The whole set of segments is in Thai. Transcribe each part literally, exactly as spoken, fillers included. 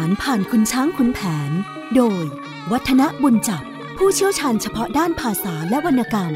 ารผ่านคุณช้างขุนแผนโดยวัฒนบุญจับผู้เชี่ยวชาญเฉพาะด้านภาษาและวรรณกรรม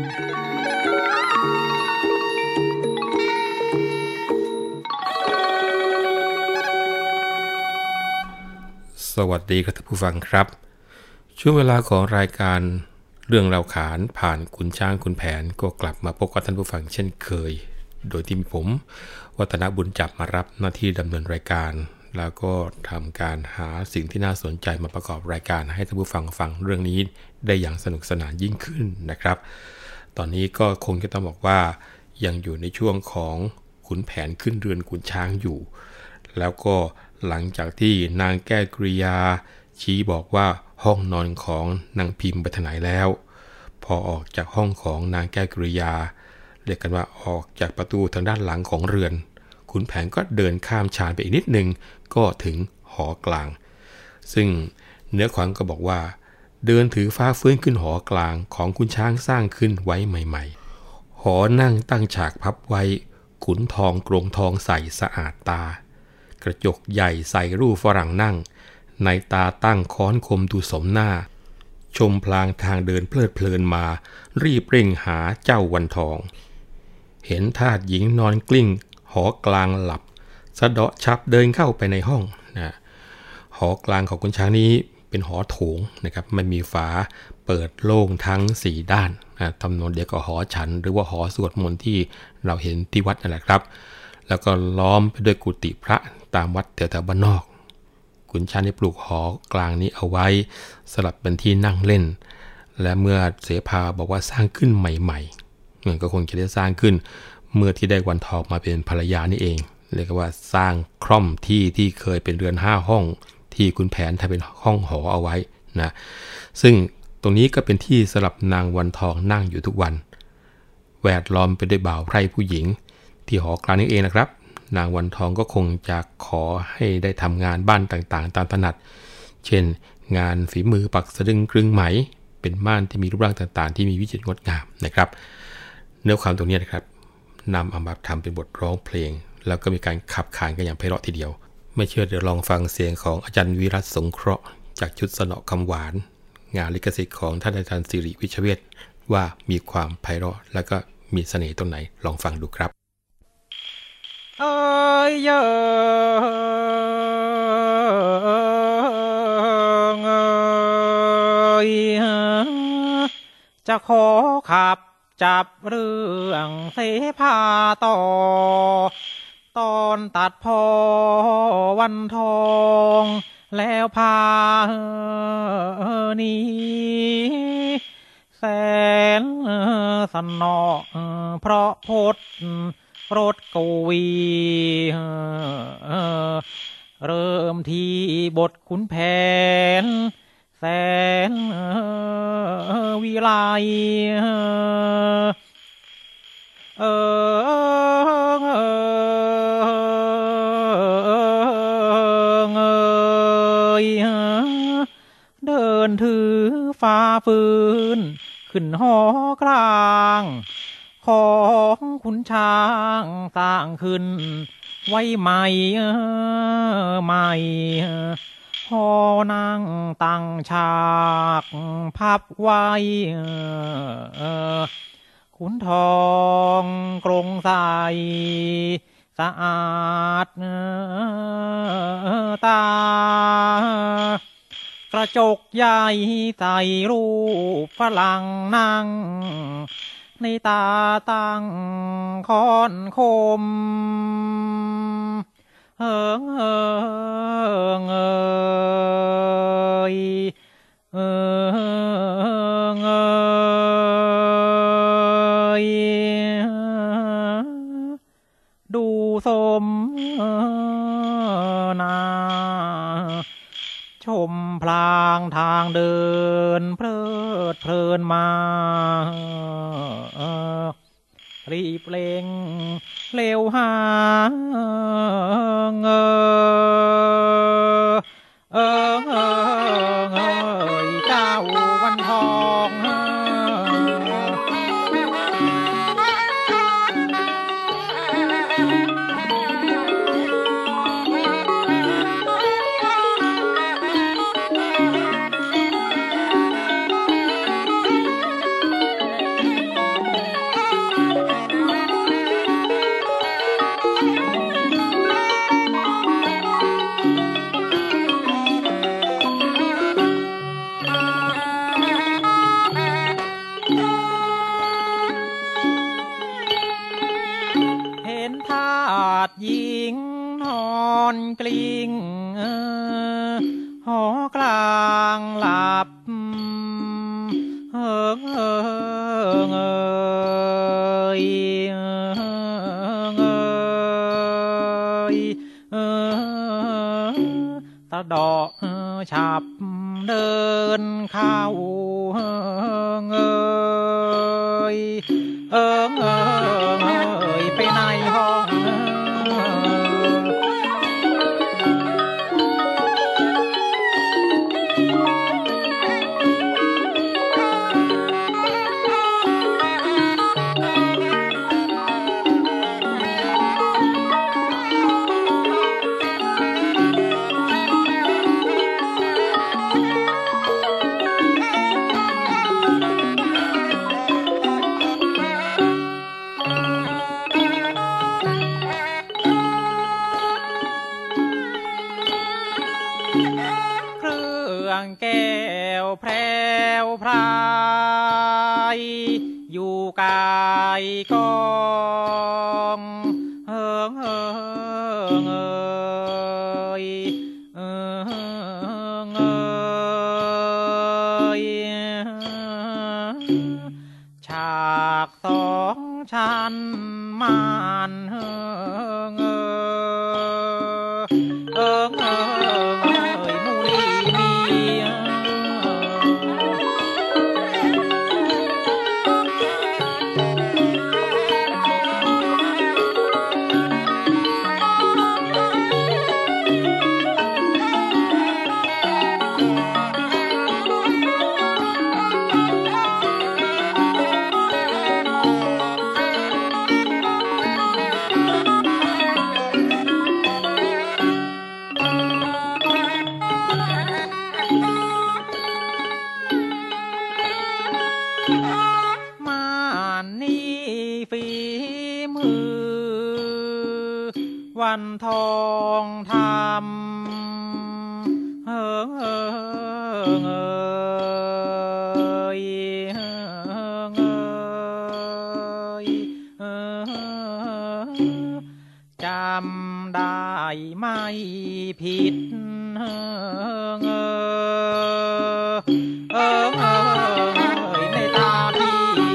สวัสดีครับท่านผู้ฟังครับช่วงเวลาของรายการเรื่องเล่าขานผ่านขุนช้างขุนแผนก็กลับมาพบกับท่านผู้ฟังเช่นเคยโดยที่มีผมวัฒนบุญจับมารับหน้าที่ดำเนินรายการแล้วก็ทำการหาสิ่งที่น่าสนใจมาประกอบรายการให้ท่านผู้ฟังฟังเรื่องนี้ได้อย่างสนุกสนานยิ่งขึ้นนะครับตอนนี้ก็คงจะต้องบอกว่ายังอยู่ในช่วงของขุนแผนขึ้นเรือนขุนช้างอยู่แล้วก็หลังจากที่นางแก้วกริยาชี้บอกว่าห้องนอนของนางพิมพ์ไปทางไหนแล้วพอออกจากห้องของนางแก้วกริยาเรียกกันว่าออกจากประตูทางด้านหลังของเรือนขุนแผนก็เดินข้ามชานไปอีกนิดนึงก็ถึงหอกลางซึ่งเนื้อความก็บอกว่าเดินถือฟ้าเฟื้นขึ้นหอกลางของขุนช้างสร้างขึ้นไว้ใหม่ๆหอนั่งตั้งฉากพับไว้ขุนทองกรงทองใสสะอาดตากระจกใหญ่ใส่รูปฝรั่งนั่งในตาตั้งค้อนคมดูสมหน้าชมพลางทางเดินเพลิดเพลินมารีบเร่งหาเจ้าวันทองเห็นทาสหญิงนอนกลิ้งหอกลางหลับสะเดาะชับเดินเข้าไปในห้องนะหอกลางของขุนช้างนี้เป็นหอโถงนะครับไม่มีฝาเปิดโล่งทั้งสี่ด้านนะทำนองเดียวกับหอฉันหรือว่าหอสวดมนต์ที่เราเห็นที่วัดนั่นแหละครับแล้วก็ล้อมไปด้วยกุฏิพระตามวัดแถวๆบ้านนอกขุนช้างได้ปลูกหอกลางนี้เอาไว้สลับเป็นที่นั่งเล่นและเมื่อเสภาบอกว่าสร้างขึ้นใหม่ๆเหมือนก็คงจะได้สร้างขึ้นเมื่อที่ได้วันทองมาเป็นภรรยานี่เองเรียกว่าสร้างคร่อมที่ที่เคยเป็นเรือนห้าห้องที่ขุนแผนทำเป็นห้องหอเอาไว้นะซึ่งตรงนี้ก็เป็นที่สำหรับนางวันทองนั่งอยู่ทุกวันแวดล้อมไปด้วยบ่าวไพร่ผู้หญิงที่หอกลางนี้เองนะครับนางวันทองก็คงจะขอให้ได้ทำงานบ้านต่างๆตามถนัดเช่นงานฝีมือปักสะดึงกรึงไหมเป็นม่านที่มีรูปร่างต่างๆที่มีวิจิตรงดงามนะครับเนื้อความตรงนี้นะครับนำเอามาทำเป็นบทร้องเพลงแล้วก็มีการขับขานกันอย่างไพเราะทีเดียวไม่เชื่อเดี๋ยวลองฟังเสียงของอาจารย์วิรัตสงเคราะห์จากชุดสนอคำหวานงานลิขสิทธิ์ของท่านอาจารย์สิริวิชเวชว่ามีความไพเราะและก็มีเสน่ห์ตรงไหนลองฟังดูครับเอ้ยเยิงเอ้ยจะขอขับจับเรื่องเสภาต่อตอนตัดพอวันทองแล้วพานี้แสนสนอเพราะพดรถกวีเริ่มที่บทขุนแผนแสนวิไลเออเดินถือฟ้าฟืนขึ้นหอกลางของขุนช้างสร้างขึ้นไว้ใหม่ใหม่หอนั่งตั้งฉากพับไว้ขุนทองกรงใสสะอาดตากระจกใหญ่ใส่รูปฝรั่งนั่งในตาตั้งค้อนคมเฮิงเฮิงเอยเฮิงเอยดูสมนาชมพลางทางเดินเพลิดเพลินมารีบเร่งเร็วหาเงอเออเออเอยเจ้าวันทองหอกลางหลับเอิงเอิงเอยเอิงเอยเอิงตะดอกฉับเดินเข้าเอิงเอยเอิงเอิงเอยไปในห้องแก้วแพรวพรายอยู่กายกองเฮิงเฮิงเอยเอิงเอยฉากสองชั้นมานเฮิงเอยเอิงเอยมูลีมานี่ฝีมือวันทองทำเฮิงเฮิงเอยเฮิงเอยเอิงจำได้ไม่ผิดเฮิงเอยเอิงเอยในตาพี่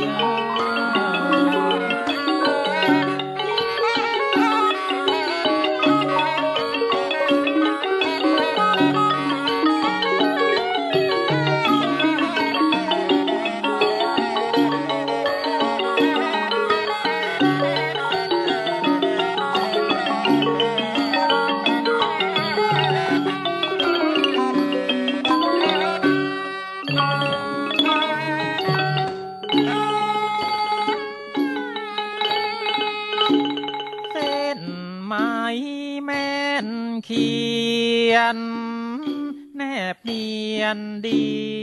เขียนแนบเนียนดี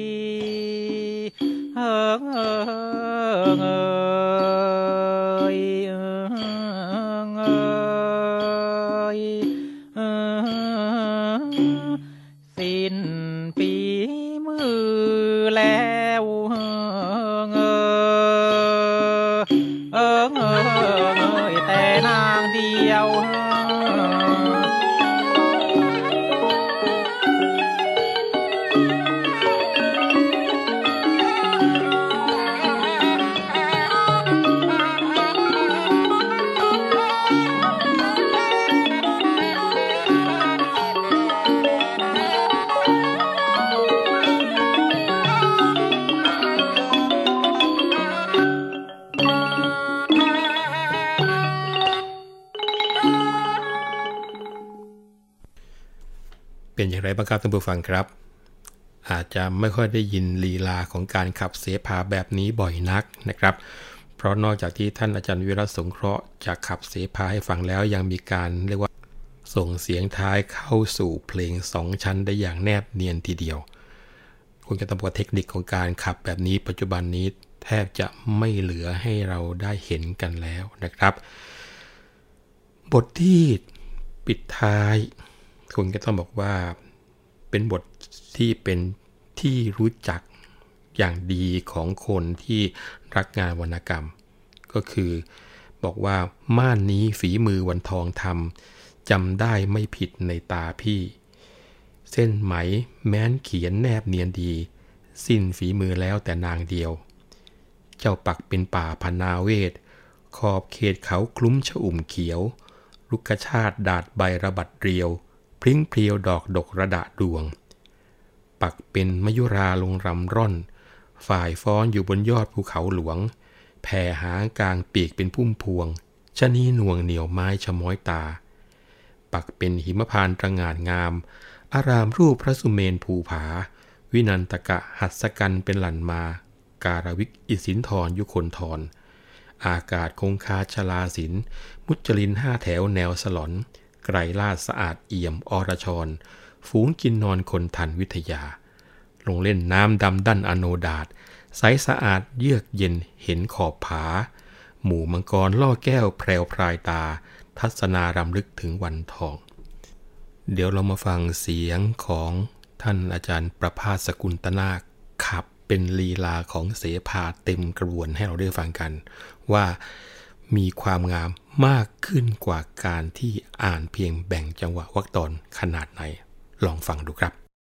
เฮิงเอิงเอยเอิงเอยเอิงสิ้นปีมือแล้วเฮิงเอยเอิงเอยแต่นางเดียวเป็นอย่างไรบ้างครับท่านผู้ฟังครับอาจจะไม่ค่อยได้ยินลีลาของการขับเสพาแบบนี้บ่อยนักนะครับเพราะนอกจากที่ท่านอาจารย์วิรัตสงเคราะห์จะขับเสพาให้ฟังแล้วยังมีการเรียกว่าส่งเสียงท้ายเข้าสู่เพลงสองชั้นได้อย่างแนบเนียนทีเดียวคงจะต้องบอกเทคนิคของการขับแบบนี้ปัจจุบันนี้แทบจะไม่เหลือให้เราได้เห็นกันแล้วนะครับบทที่ปิดท้ายคงจะต้องบอกว่าเป็นบทที่เป็นที่รู้จักอย่างดีของคนที่รักงานวรรณกรรมก็คือบอกว่าม่านนี้ฝีมือวันทองทำจำได้ไม่ผิดในตาพี่เส้นไหมแม้นเขียนแนบเนียนดีสิ้นฝีมือแล้วแต่นางเดียวเจ้าปักเป็นป่าพนาเวศขอบเขตเขาคลุ้มชอุ่มเขียวลุกชาติดาดใบระบัดเรียวพริ้งเพรียวดอกดกระดะดวงปักเป็นมยุราลงรำร่อนฝ่ายฟ้อนอยู่บนยอดภูเขาหลวงแผ่หางกลางปีกเป็นพุ่มพวงชะนีหน่วงเหนียวไม้ชะม้อยตาปักเป็นหิมพานต์ตระหง่านงามอารามรูปพระสุเมนภูผาวินันตกะหัสกันเป็นหลั่นมาการวิกอิสินทรยุคนทรอากาศคงคาชลาศิลป์มุจลินห้าแถวแนวสลอนไกรลาดสะอาดเอี่ยมอรชรฝูงกินนอนคนทันวิทยาลงเล่นน้ำดำดั้นอโนดาตใสสะอาดเยือกเย็นเห็นขอบผาหมู่มังกรล่อแก้วแพรวพรายตาทัศนารำลึกถึงวันทองเดี๋ยวเรามาฟังเสียงของท่านอาจารย์ประภาสสกุลตนาคขับเป็นลีลาของเสภาเต็มกระบวนให้เราได้ฟังกันว่ามีความงามมากขึ้นกว่าการที่อ่านเพียงแบ่งจังหวะวรรคตอนขนาดไหนลองฟังดูครับ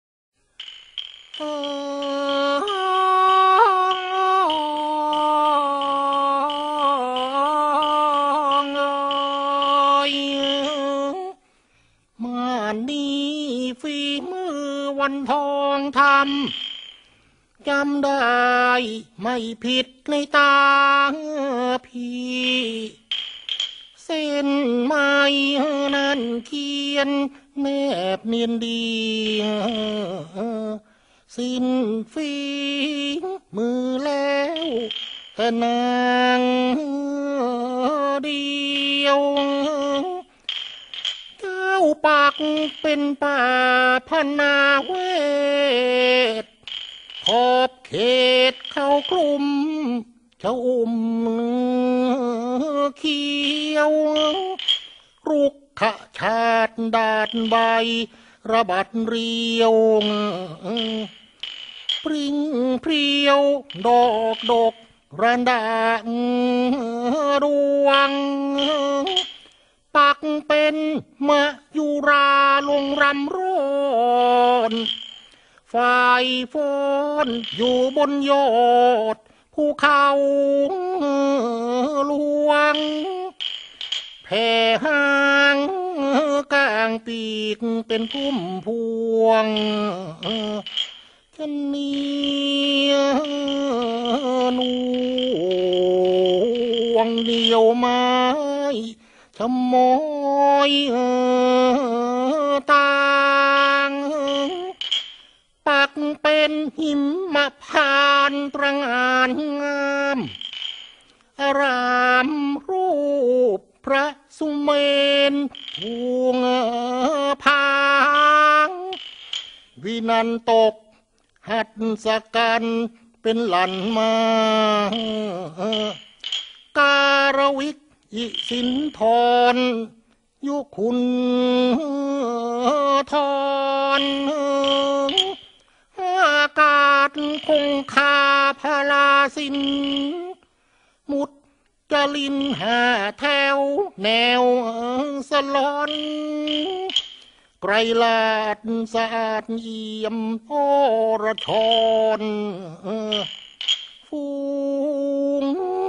มานี้ฝีมือวันทองทำจำได้ไม่ผิดในตาพี่เส้นไม้นั้นเขียนแนบเนียนดีสิ้นฝีมือแล้วแต่นางเดียวเจ้าปักเป็นป่าพนาเวศขอบเขตเขาคลุมชะอุ่มเขียวรุกขชาติดาดใบระบัดเรียวปริ้งเพรียวดอกดกระดาดวงปักเป็นมะยุราลงรำร้อนฝ่ายฟ้อนอยู่บนยอดภูเขาหลวงแผ่หางกลางปีกเป็นพุ่มพวงชะนีนวงเดียวไม้ชะม้อยตางปักเป็นหิมพานต์ตระหง่านงามอารามรูปพระสุเมนพวงพางวินันตกหัตสกันเป็นหลั่นมาการวิกอิสินทรยุคุณทรอากาศคงคาพลาสินมุดจลินหาแถวแนวสลอนไกรลาดสะอาดเยี่ยมอรชรฟูง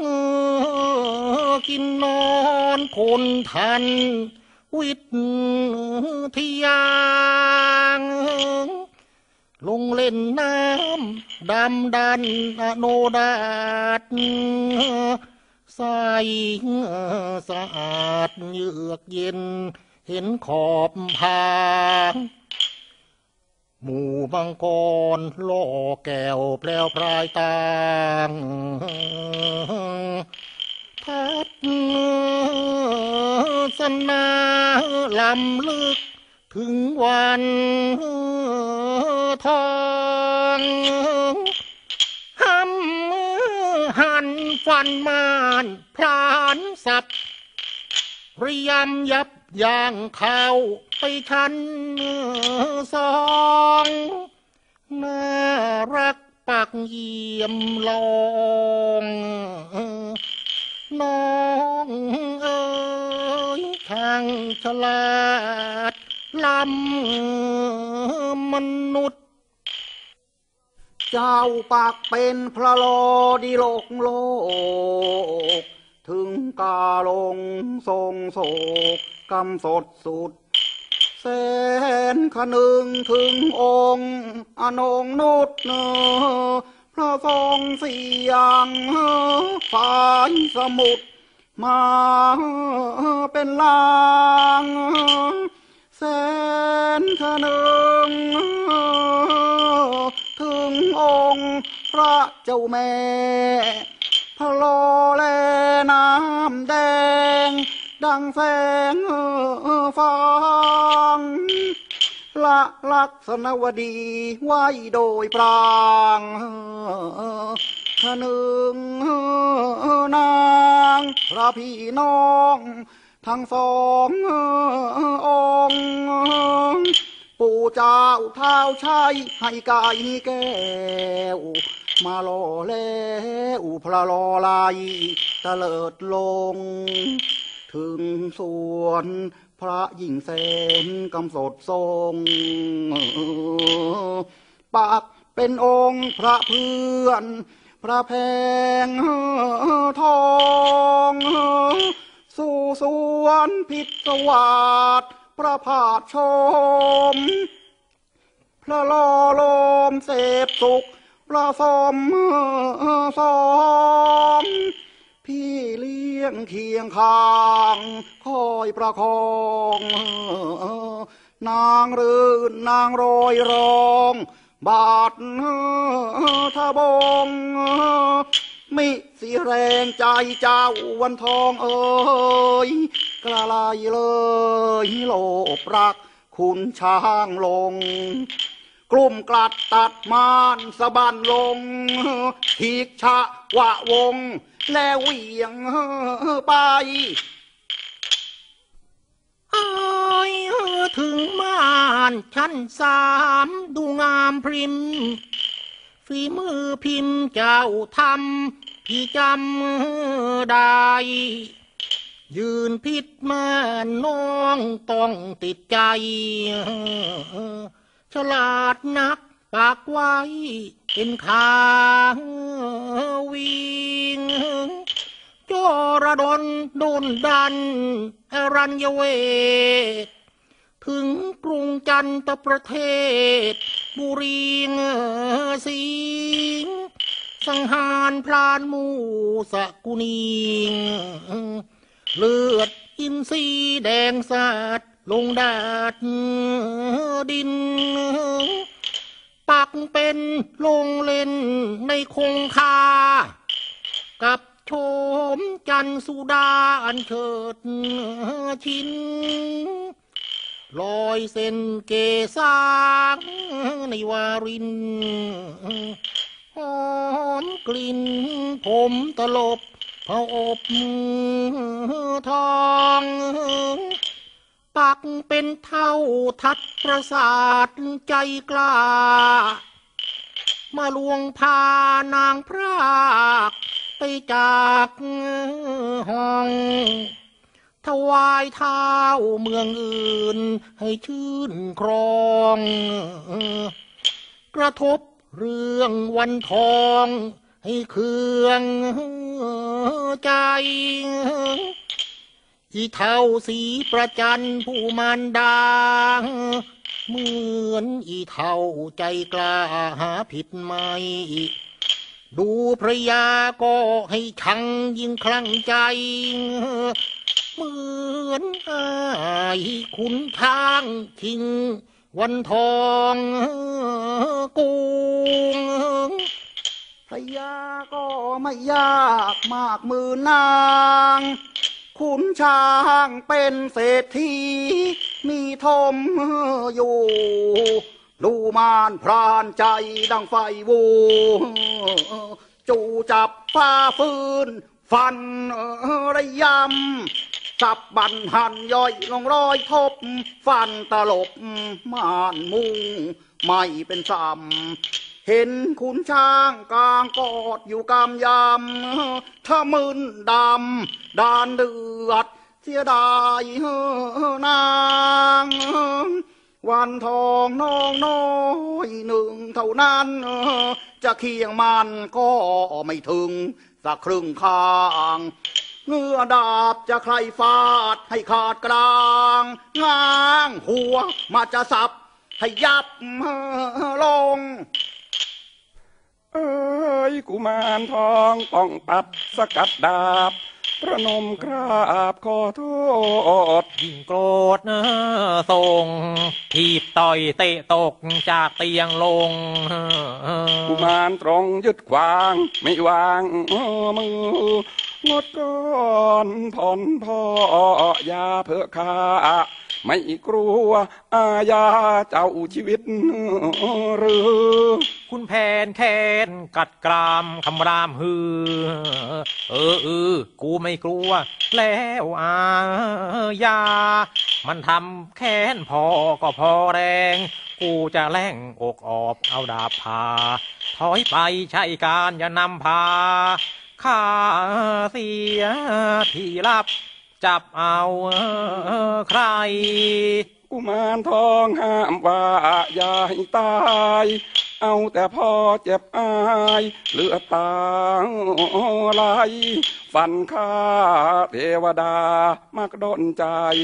กินนอนคนทันวิทยาลงเล่นน้ำดำดันอโนดาตใสสะอาดเยือกเย็นเห็นขอบผาหมู่มังกรล่อแก้วแปลวพรายตางทัศสนาลำลึกถึงวันทองห้ำหันฟันมานพรานสับเรียมยับย่างเข้าไปทันสองน่ารักปักเยี่ยมลองน้องเอ๋ยทางฉลาดลำมนุษย์เจ้าปากเป็นพระโลดิโลกโลกถึงกาลงทรงโศกกำสดสุดแสนขนึงถึงองค์อนงนุษย์พระทรงเสียงฝ่ายสมุทรมาเป็นลางแสนขนึงถึงองค์พระเจ้าแม่พระโลแลน้ำแดงดังแสงฟางละลักษณวดีไว้โดยปรางขนึงนางพระพี่น้องทั้งสององค์ปู่เจ้าเท้าชัยให้กายแก้วมาล่อแล้วพระลอลายตะเลิดลงถึงส่วนพระยิ่งแสนกำสดทรงปากเป็นองค์พระเพื่อนพระแพงทองสู่สวนพิศวาสพระผาดชมพระลอลมเสพสุขพระสมสมพี่เลี้ยงเคียงข้างคอยประคองนางรื่นนางโรยรองบาดทะบงมิสิแรงใจเจ้าวันทองเอ๋ยกระลายเลยโลบรักคุณช้างลงกลุ่มกลัดตัดมานสะบันลงทีกชะวะวงแล้วเหวี่ยงไปอ้ายถึงม่านชั้นสามดูงามพริมฝีมือพิมพ์เจ้าทำพี่จำได้ยืนพิษแม่น้องต้องติดใจฉลาดนักปากไว้เป็นขาวิ่งจรดลโดนดันอรัญญเวทถึงกรุงจันทประเทศบุรีสิงสังหารพลานมูสกุณีเลือดอินทรีแดงสาดลงดาดดินปักเป็นลงเล่นในคงคากับโฉมจันสุดาอันเชิดชินลอยเส้นเกษางในวารินหอมกลิ่นผมตลบพระอบทองปักเป็นเท่าทัดประสาทใจกล้ามาลวงพานางพรากไปจากห้องถวายเท้าเมืองอื่นให้ชื่นครองกระทบเรื่องวันทองให้เคืองใจอีเท่าสีประจันผู้มันดาเหมือนอีเท่าใจกล้าหาผิดไม่ดูพระยาก็ให้ชังยิ่งคลั่งใจเหมือนอายขุนช้างชิงวันทองกุงพระยาก็ไม่ยากมากมือนางขุนช้างเป็นเศรษฐีมีทมอยู่ลูมานพรานใจดังไฟวูจูจับฟ้าฟืนฟันระยำจับบันหันย่อยลงรอยทบฟันตลบม่านมุงไม่เป็นซ้ำเห็นขุนช้างกลางกอดอยู่กำยำถ้ามึนดำดานเดือดเสียดายนางวันทองน้องน้อยหนึ่งเท่านั้นจะเคียงมันก็ไม่ถึงสักครึ่งข้างเงื้อดาบจะใครฟาดให้ขาดกลางง้างหัวมาจะสับให้ยับลงเอ้ยกุมารทองป้องปัดสกัดดาบประนมกราบขอโทษยิ่งโกรธเนอส่งทีบต่อยเตะตกจากเตียงลงกุมารตรงยึดขวางไม่วางมืองดก่อนผ่อนพ่อยาเพื่อข้าไม่กลัวอาญาเจ้าชีวิตหรือคุณแผนแค้นกัดกรามคำรามฮือเออเออกูไม่กลัวแล้วอาญามันทำแค้นพอก็พอแรงกูจะแล่งอกออบเอาดาบพาถอยไปใช่การอย่านำพาข้าเสียที่รับจับเอาใครกุมารทองห้ามว่าอย่าให้ตายเอาแต่พอเจ็บอายเลือดตาไหลฟันข้าเทวดามักดนใจ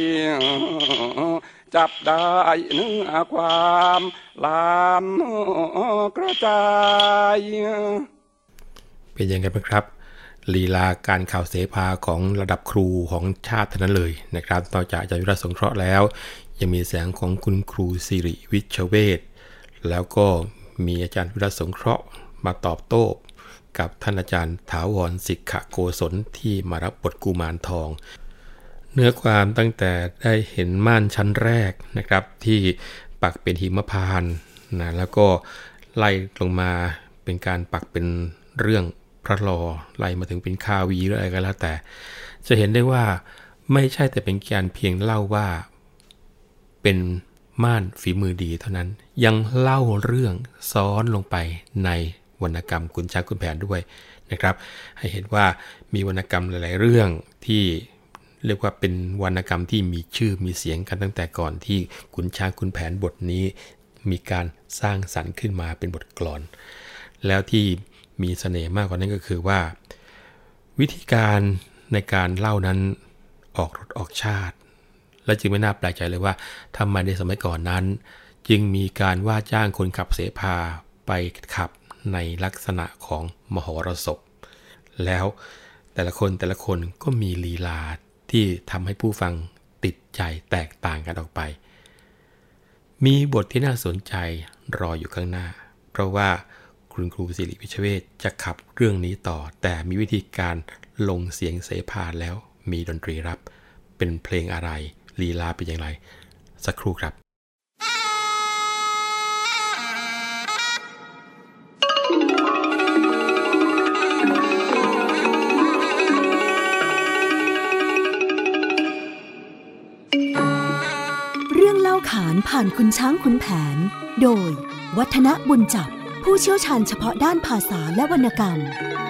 จับได้เนื้อความลามกระจายเป็นยังไงบ้างครับลีลาการข่าวเสภาของระดับครูของชาติทั้งนั้นเลยนะครับนอกจากอาจารย์วิรัติสงเคราะห์แล้วยังมีแสงของคุณครูสิริวิชเวชแล้วก็มีอาจารย์วิรัติสงเคราะห์มาตอบโต้กับท่านอาจารย์ถาวรสิกขโกศลที่มารับบทกุมารทองเนื้อความตั้งแต่ได้เห็นม่านชั้นแรกนะครับที่ปักเป็นหิมพานต์นะแล้วก็ไล่ลงมาเป็นการปักเป็นเรื่องพระลอไล่มาถึงเป็นคาวีหรืออะไรก็แล้วแต่จะเห็นได้ว่าไม่ใช่แต่เป็นการเพียงเล่าว่าเป็นม่านฝีมือดีเท่านั้นยังเล่าเรื่องซ้อนลงไปในวรรณกรรมขุนช้างขุนแผนด้วยนะครับให้เห็นว่ามีวรรณกรรมหลายๆเรื่องที่เรียกว่าเป็นวรรณกรรมที่มีชื่อมีเสียงกันตั้งแต่ก่อนที่ขุนช้างขุนแผนบทนี้มีการสร้างสรรค์ขึ้นมาเป็นบทกลอนแล้วที่มีเสน่ห์มากกว่านั้นก็คือว่าวิธีการในการเล่านั้นออกรสออกชาติและจึงไม่น่าแปลกใจเลยว่าทำไมในสมัยก่อนนั้นจึงมีการว่าจ้างคนขับเสภาไปขับในลักษณะของมหรสพแล้วแต่ละคนแต่ละคนก็มีลีลาที่ทำให้ผู้ฟังติดใจแตกต่างกันออกไปมีบทที่น่าสนใจรออยู่ข้างหน้าเพราะว่าคุณครูสิริวิชเวชจะขับเรื่องนี้ต่อแต่มีวิธีการลงเสียงเสภาแล้วมีดนตรีรับเป็นเพลงอะไรลีลาเป็นอย่างไรสักครู่ครับเรื่องเล่าขานผ่านคุณช้างขุนแผนโดยวัฒนบุญจับผู้เชี่ยวชาญเฉพาะด้านภาษาและวรรณกรรม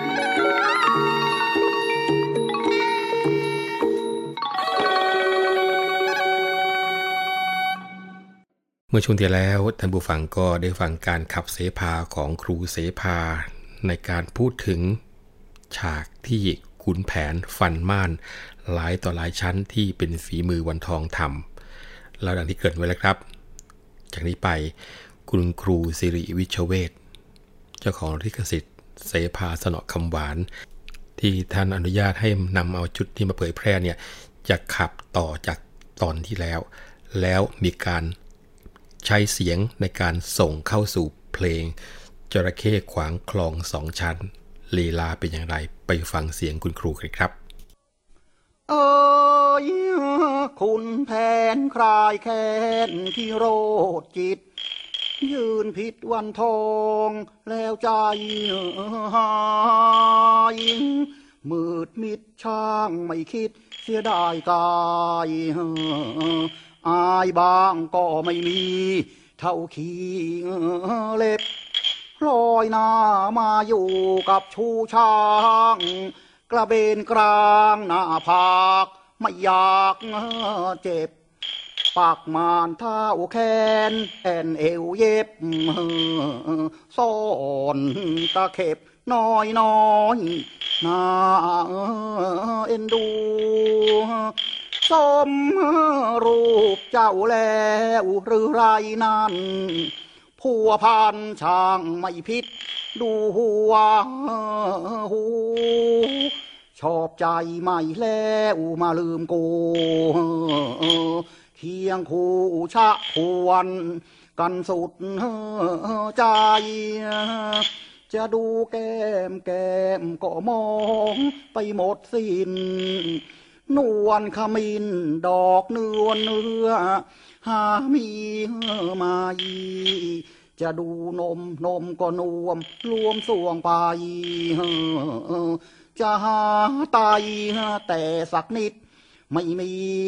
เมื่อช่วงที่แล้วท่านผู้ฟังก็ได้ฟังการขับเสภาของครูเสภาในการพูดถึงฉากที่ขุนแผนฟันม่านหลายต่อหลายชั้นที่เป็นฝีมือวันทองทำแล้วดังที่เกริ่นไว้แล้วครับจากนี้ไปคุณครูสิริวิชเวชเจ้าของลิขสิทธิ์เสภาสนอคำหวานที่ท่านอนุญาตให้นำเอาชุดที่มาเผยแพร่เนี่ยจะขับต่อจากตอนที่แล้วแล้วมีการใช้เสียงในการส่งเข้าสู่เพลงจระเข้ขวางคลองสองชั้นลีลาเป็นอย่างไรไปฟังเสียงคุณครูกันครับเอ้ยคุณแผนคลายแค้นที่โรดจิตยืนผิดวันทองแล้วใจหายมืดมิดช่างไม่คิดเสียดายกายอายบางก็ไม่มีเท่าขี้เล็บลอยหน้ามาอยู่กับชูช้างกระเบนกลางหน้าผากไม่อยากเจ็บปากมานเท้าแขนแอนเอวเย็บซ่อนตะเข็บน้อยน้อยน่าเอ็นดูสมรูปเจ้าแล้วหรือไรนั้นผัวพันช่างไม่พิษดูหัวหูชอบใจไม่แล้วมาลืมกูเคียงคู่ชะควรกันสุดใจจะดูแก้มแก้มก็มองไปหมดสิ้นนวลขมิ้นดอกเนื้อเนื้อหามีมายีจะดูนมนมก็นวมรวมสวงไปจะหาไตแต่สักนิดไม่มี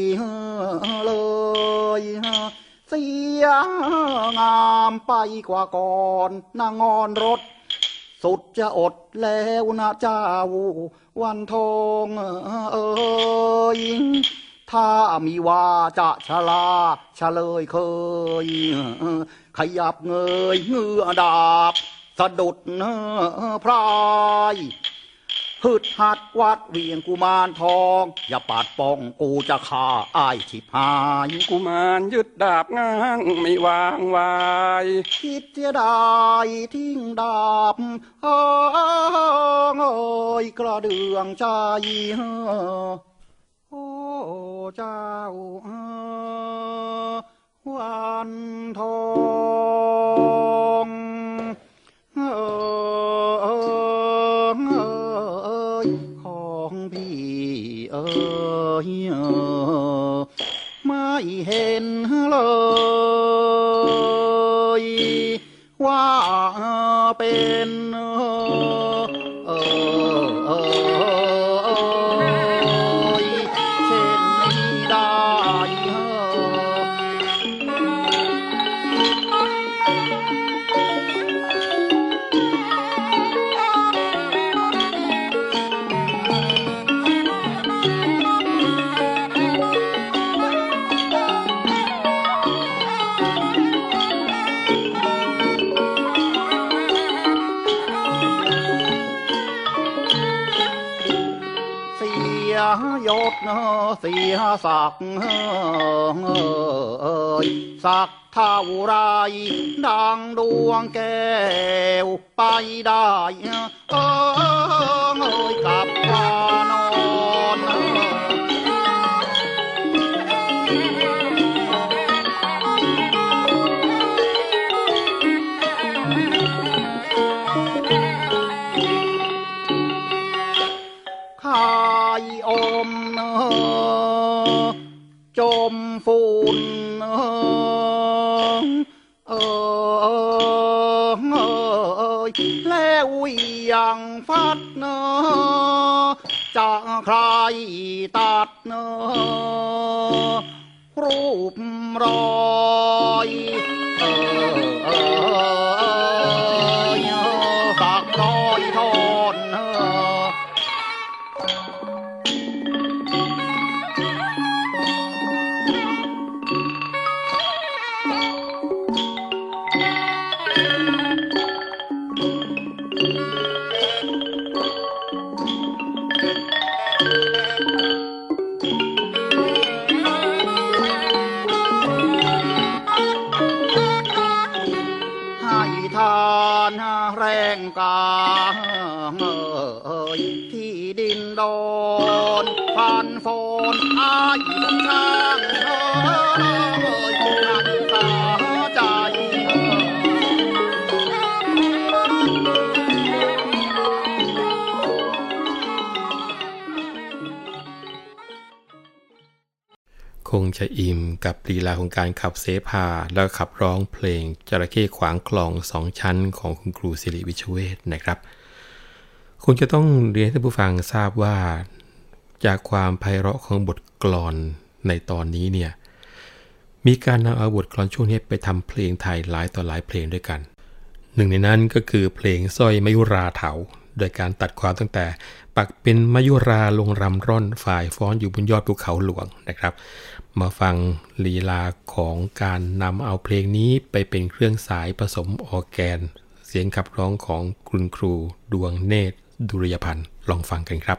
เลยเสียงามไปกว่าก่อนนางอนรถสุดจะอดแล้วนะเจ้าวันทองเอ้ยถ้ามีว่าจะชลาเฉลยเคยขยับเงยเงือดาบสะดุดพรายฮึดหัดวัดเวียงกุมารทองอย่าปาดป้องกูจะฆ่าอ้ายฉิบหายกุมารยึดดาบง้างไม่วางวายคิดจะได้ทิ้งดาบเอ้ยกระเดืองใจโอ้เจ้าวันทองเอ้ยของพี่เอ้ยไม่เห็นเลยว่าเป็นเออเออเช่นนี้ได้ยศเสียศักดิ์ศักดิ์เท่าไรดังดวงแก้วไปได้เอ้ยกับพานอนขายอมจมฝุ่นเออแล้วอย่างฟัดเนอจะใครตัดเนอรูปรอยเออเออสักร้อยทอนทานแรงกาเอ่ยที่ดินโดนพันฝนอ้ายช้างเอ่ยนักตาใจคงจะอิ่มกับลีลาของการขับเสภาแล้วขับร้องเพลงจระเข้ขวางคลองสองชั้นของคุณครูศิริวิชเวชนะครับคงจะต้องเรียนให้ท่านผู้ฟังทราบว่าจากความไพเราะของบทกลอนในตอนนี้เนี่ยมีการนำเอาบทกลอนช่วงนี้ไปทำเพลงไทยหลายต่อหลายเพลงด้วยกันหนึ่งในนั้นก็คือเพลงสร้อยมยุราเถาโดยการตัดความตั้งแต่ปักเป็นมยุราลงรำร่อนฝ่ายฟ้อนอยู่บนยอดภูเขาหลวงนะครับมาฟังลีลาของการนำเอาเพลงนี้ไปเป็นเครื่องสายผสมออร์แกนเสียงขับร้องของคุณครูดวงเนตรดุริยพันธ์ลองฟังกันครับ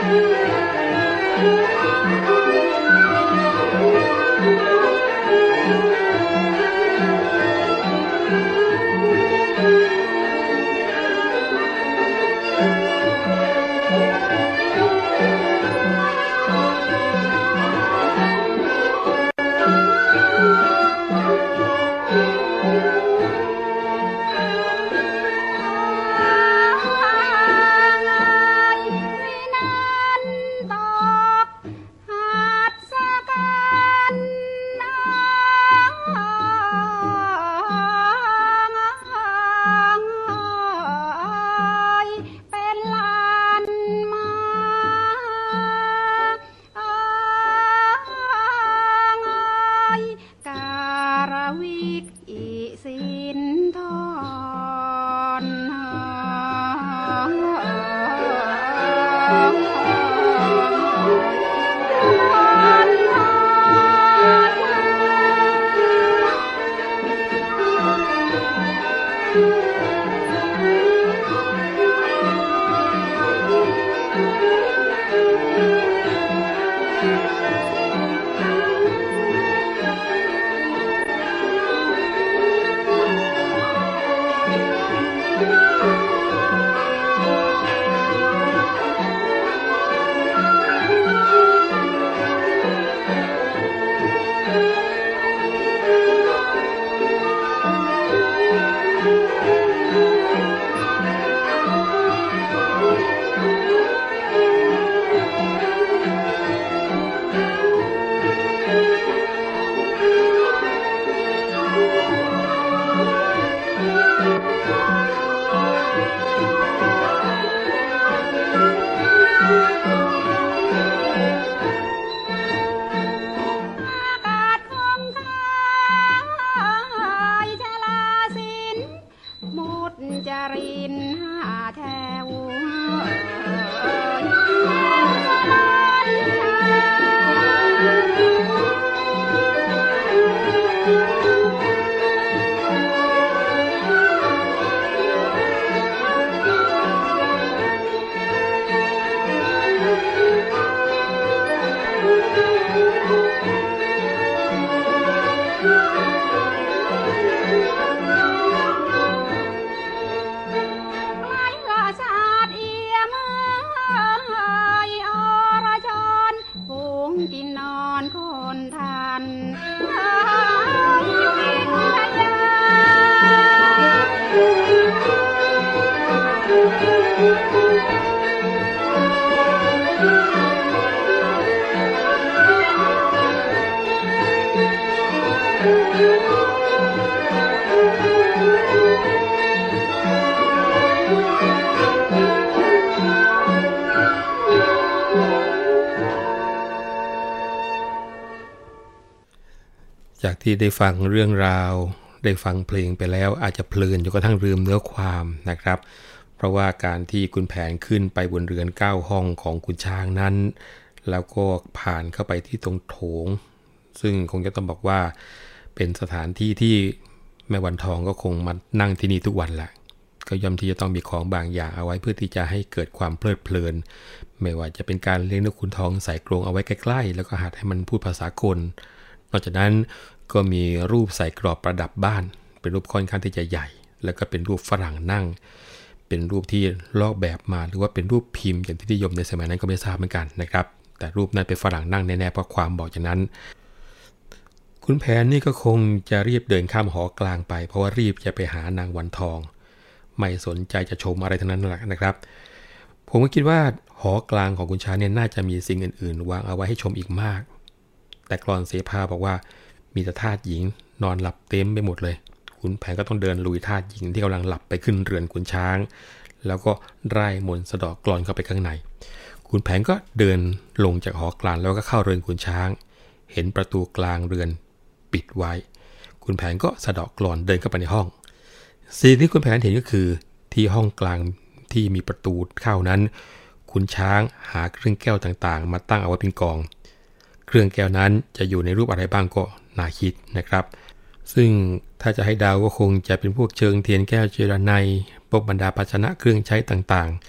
จากที่ได้ฟังเรื่องราวได้ฟังเพลงไปแล้วอาจจะเพลินจนกระทั่งลืมเนื้อความนะครับเพราะว่าการที่คุณแผนขึ้นไปบนเรือนเก้าห้องของคุณช้างนั้นแล้วก็ผ่านเข้าไปที่ตรงโถงซึ่งคงจะต้องบอกว่าเป็นสถานที่ที่แม่วันทองก็คงมานั่งที่นี่ทุกวันแหละก็ย่อมที่จะต้องมีของบางอย่างเอาไว้เพื่อที่จะให้เกิดความเพลิดเพลินไม่ว่าจะเป็นการเลี้ยงนกขุนทองใส่กรงเอาไว้ใกล้ๆแล้วก็หัดให้มันพูดภาษากลนอกจากนั้นก็มีรูปใส่กรอบประดับบ้านเป็นรูปค่อนข้างที่จะใหญ่แล้วก็เป็นรูปฝรั่งนั่งเป็นรูปที่ลอกแบบมาหรือว่าเป็นรูปพิมพ์อย่างที่นิยมในสมัยนั้นก็ไม่ทราบเหมือนกันนะครับแต่รูปนั้นเป็นฝรั่งนั่งแน่ๆเพราะความบอกอย่างนั้นคุณแผนนี่ก็คงจะรีบเดินข้ามหอกลางไปเพราะว่ารีบจะไปหานางวันทองไม่สนใจจะชมอะไรทั้งนั้นแหละนะครับผมก็คิดว่าหอกลางของคุณช้างเนี่ยน่าจะมีสิ่งอื่นๆวางเอาไว้ให้ชมอีกมากแต่กลอนเสภาบอกว่ามีแต่ทาสหญิงนอนหลับเต็มไปหมดเลยขุนแผนก็ต้องเดินลุยทาสหญิงที่กำลังหลับไปขึ้นเรือนขุนช้างแล้วก็ไล่มนต์สะเดาะกลอนเข้าไปข้างในขุนแผนก็เดินลงจากหอกลางแล้วก็เข้าเรือนขุนช้างเห็นประตูกลางเรือนปิดไว้ขุนแผนก็สะเดาะกลอนเดินเข้าไปในห้องสิ่งที่ขุนแผนเห็นก็คือที่ห้องกลางที่มีประตูเข้านั้นขุนช้างหาเครื่องแก้วต่างๆมาตั้งเอาไว้เป็นกองเครื่องแก้วนั้นจะอยู่ในรูปอะไรบ้างก็น่าคิดนะครับซึ่งถ้าจะให้เดาก็คงจะเป็นพวกเชิงเทียนแก้วเจรไนพวกบรรดาภาชนะเครื่องใช้ต่าง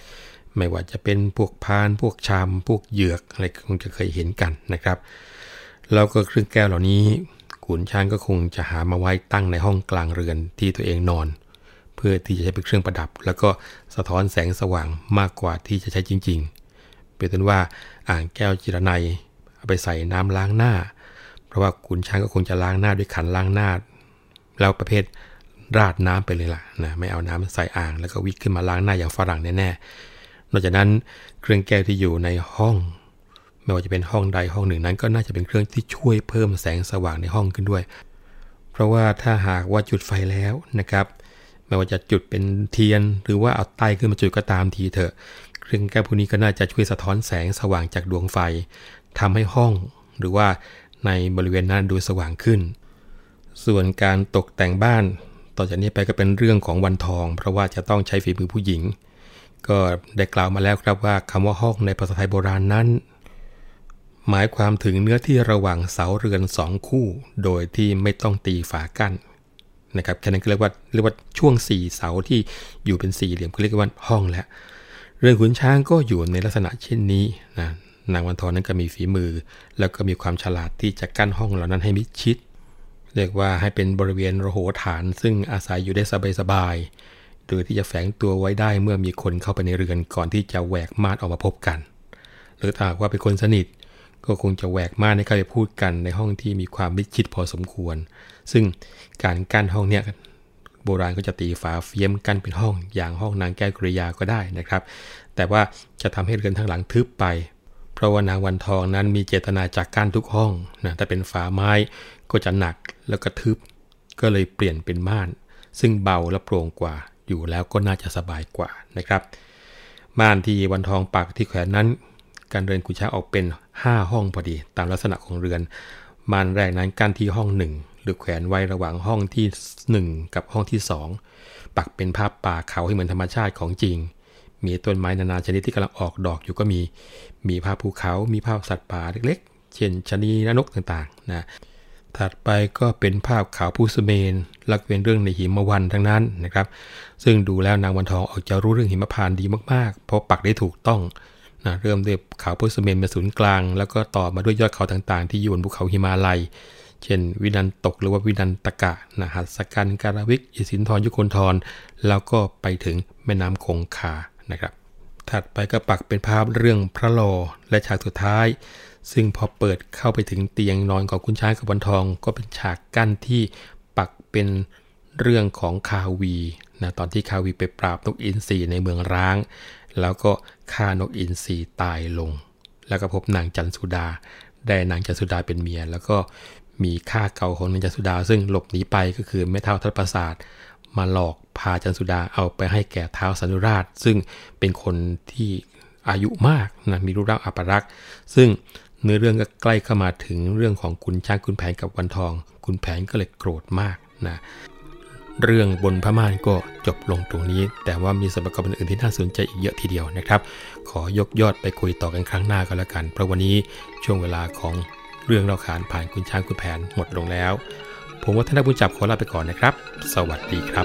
ไม่ว่าจะเป็นพวกพานพวกชามพวกเหยือกอะไรคงจะเคยเห็นกันนะครับแล้วก็เครื่องแก้วเหล่านี้ขุนช้างก็คงจะหามาไว้ตั้งในห้องกลางเรือนที่ตัวเองนอนเพื่อที่จะใช้เป็นเครื่องประดับแล้วก็สะท้อนแสงสว่างมากกว่าที่จะใช้จริงๆเป็นต้นว่าอ่างแก้วจิรนัยเอาไปใส่น้ำล้างหน้าเพราะว่าขุนช้างก็คงจะล้างหน้าด้วยขันล้างหน้าแล้วประเภทราดน้ำไปเลยล่ะนะไม่เอาน้ำใส่อ่างแล้วก็วิ่งขึ้นมาล้างหน้าอย่างฝรั่งแน่ๆนอกจากนั้นเครื่องแก้วที่อยู่ในห้องไม่ว่าจะเป็นห้องใดห้องหนึ่งนั้นก็น่าจะเป็นเครื่องที่ช่วยเพิ่มแสงสว่างในห้องขึ้นด้วยเพราะว่าถ้าหากว่าจุดไฟแล้วนะครับไม่ว่าจะจุดเป็นเทียนหรือว่าเอาไต้ขึ้นมาจุดก็ตามทีเถอะเครื่องแก้วพวกนี้ก็น่าจะช่วยสะท้อนแสงสว่างจากดวงไฟทำให้ห้องหรือว่าในบริเวณนั้นดูสว่างขึ้นส่วนการตกแต่งบ้านต่อจากนี้ไปก็เป็นเรื่องของวันทองเพราะว่าจะต้องใช้ฝีมือผู้หญิงก็ได้กล่าวมาแล้วครับว่าคำว่าห้องในภาษาไทยโบราณนั้นหมายความถึงเนื้อที่ระหว่างเสาเรือนสองคู่โดยที่ไม่ต้องตีฝากั้นนะครับแค่นั้นก็เรียกว่าเรียกว่าช่วงสี่เสาที่อยู่เป็นสี่เหลี่ยมก็เรียกว่าห้องแล้วเรือนขุนช้างก็อยู่ในลักษณะเช่นนี้นะนางวันทองนั้นก็มีฝีมือแล้วก็มีความฉลาดที่จะกั้นห้องเหล่านั้นให้มิดชิดเรียกว่าให้เป็นบริเวณระโหฐานซึ่งอาศัยอยู่ได้สบายๆโดยที่จะแฝงตัวไว้ได้เมื่อมีคนเข้าไปในเรือนก่อนที่จะแหวกม่านออกมาพบกันหรือถ้าหากว่าเป็นคนสนิทก็คงจะแหวกม่านให้เข้าไปพูดกันในห้องที่มีความมิดชิดพอสมควรซึ่งการกั้นห้องเนี่ยโบราณก็จะตีฝาเฟียมกั้นเป็นห้องอย่างห้องนางแก้วกริยาก็ได้นะครับแต่ว่าจะทำให้เรือนทั้งหลังทึบไปเพราะว่านางวันทองนั้นมีเจตนาจะกั้นทุกห้องนะแต่เป็นฝาไม้ก็จะหนักแล้วก็ทึบก็เลยเปลี่ยนเป็นม่านซึ่งเบาและโปร่งกว่าอยู่แล้วก็น่าจะสบายกว่านะครับม่านที่วันทองปักที่แขวนนั้นการเรือนขุนช้างออกเป็นห้าห้องพอดีตามลักษณะของเรือนม่านแรกนั้นกั้นที่ห้องหนึ่งหรือแขวนไว้ระหว่างห้องที่หนึ่งกับห้องที่สองปักเป็นภาพป่าเขาให้เหมือนธรรมชาติของจริงมีต้นไม้นานาชนิดที่กำลังออกดอกอยู่ก็มีมีภาพภูเขามีภาพสัตว์ป่าเล็กๆเช่นชะนีและนกต่างๆนะถัดไปก็เป็นภาพเขาภูสเมนและเป็นเรื่องในหิมวันทั้งนั้นนะครับซึ่งดูแล้วนางวันทองออกจะรู้เรื่องหิมพานต์ดีมากๆเพราะปักได้ถูกต้องนะเริ่มด้วยเขาภูสเมนเป็นศูนย์กลางแล้วก็ต่อมาด้วยยอดเขาต่างๆที่อยู่บนภูเขาหิมาลัยเช่นวินันตกหรือว่าวินันตกะนะหัสกันการวิกอิสินธรยุคนธรแล้วก็ไปถึงแม่น้ำคงคานะครับถัดไปก็ปักเป็นภาพเรื่องพระลอและฉากสุดท้ายซึ่งพอเปิดเข้าไปถึงเตียงนอนของขุนช้างกับวันทองก็เป็นฉากกั้นที่ปักเป็นเรื่องของคาวีนะตอนที่คาวีไปปราบนกอินทรีในเมืองร้างแล้วก็ฆ่านกอินทรีตายลงแล้วก็พบนางจันสุดาได้นางจันสุดาเป็นเมียแล้วก็มีข้าเก่าของนางจันสุดาซึ่งหลบหนีไปก็คือแม่เฒ่าทัตประสาทมาหลอกพาจันสุดาเอาไปให้แก่ท้าวสันุราชซึ่งเป็นคนที่อายุมากนะมีรูปร่างอัปลักษณ์ซึ่งเนื้อเรื่องก็ใกล้เข้ามาถึงเรื่องของขุนช้างขุนแผนกับวันทองขุนแผนก็เลยโกรธมากนะเรื่องบนพม่านก็จบลงตรงนี้แต่ว่ามีส่วนประกอบอื่นๆที่น่าสนใจอีกเยอะทีเดียวนะครับขอยกยอดไปคุยต่อกันครั้งหน้าก็แล้วกันเพราะวันนี้ช่วงเวลาของเรื่องเล่าขานผ่านขุนช้างขุนแผนหมดลงแล้วผมวัฒนบุญจับขอลาไปก่อนนะครับสวัสดีครับ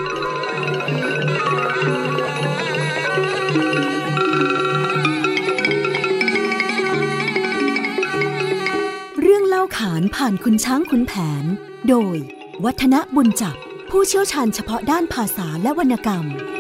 เรื่องเล่าขานผ่านขุนช้างขุนแผนโดยวัฒนบุญจับผู้เชี่ยวชาญเฉพาะด้านภาษาและวรรณกรรม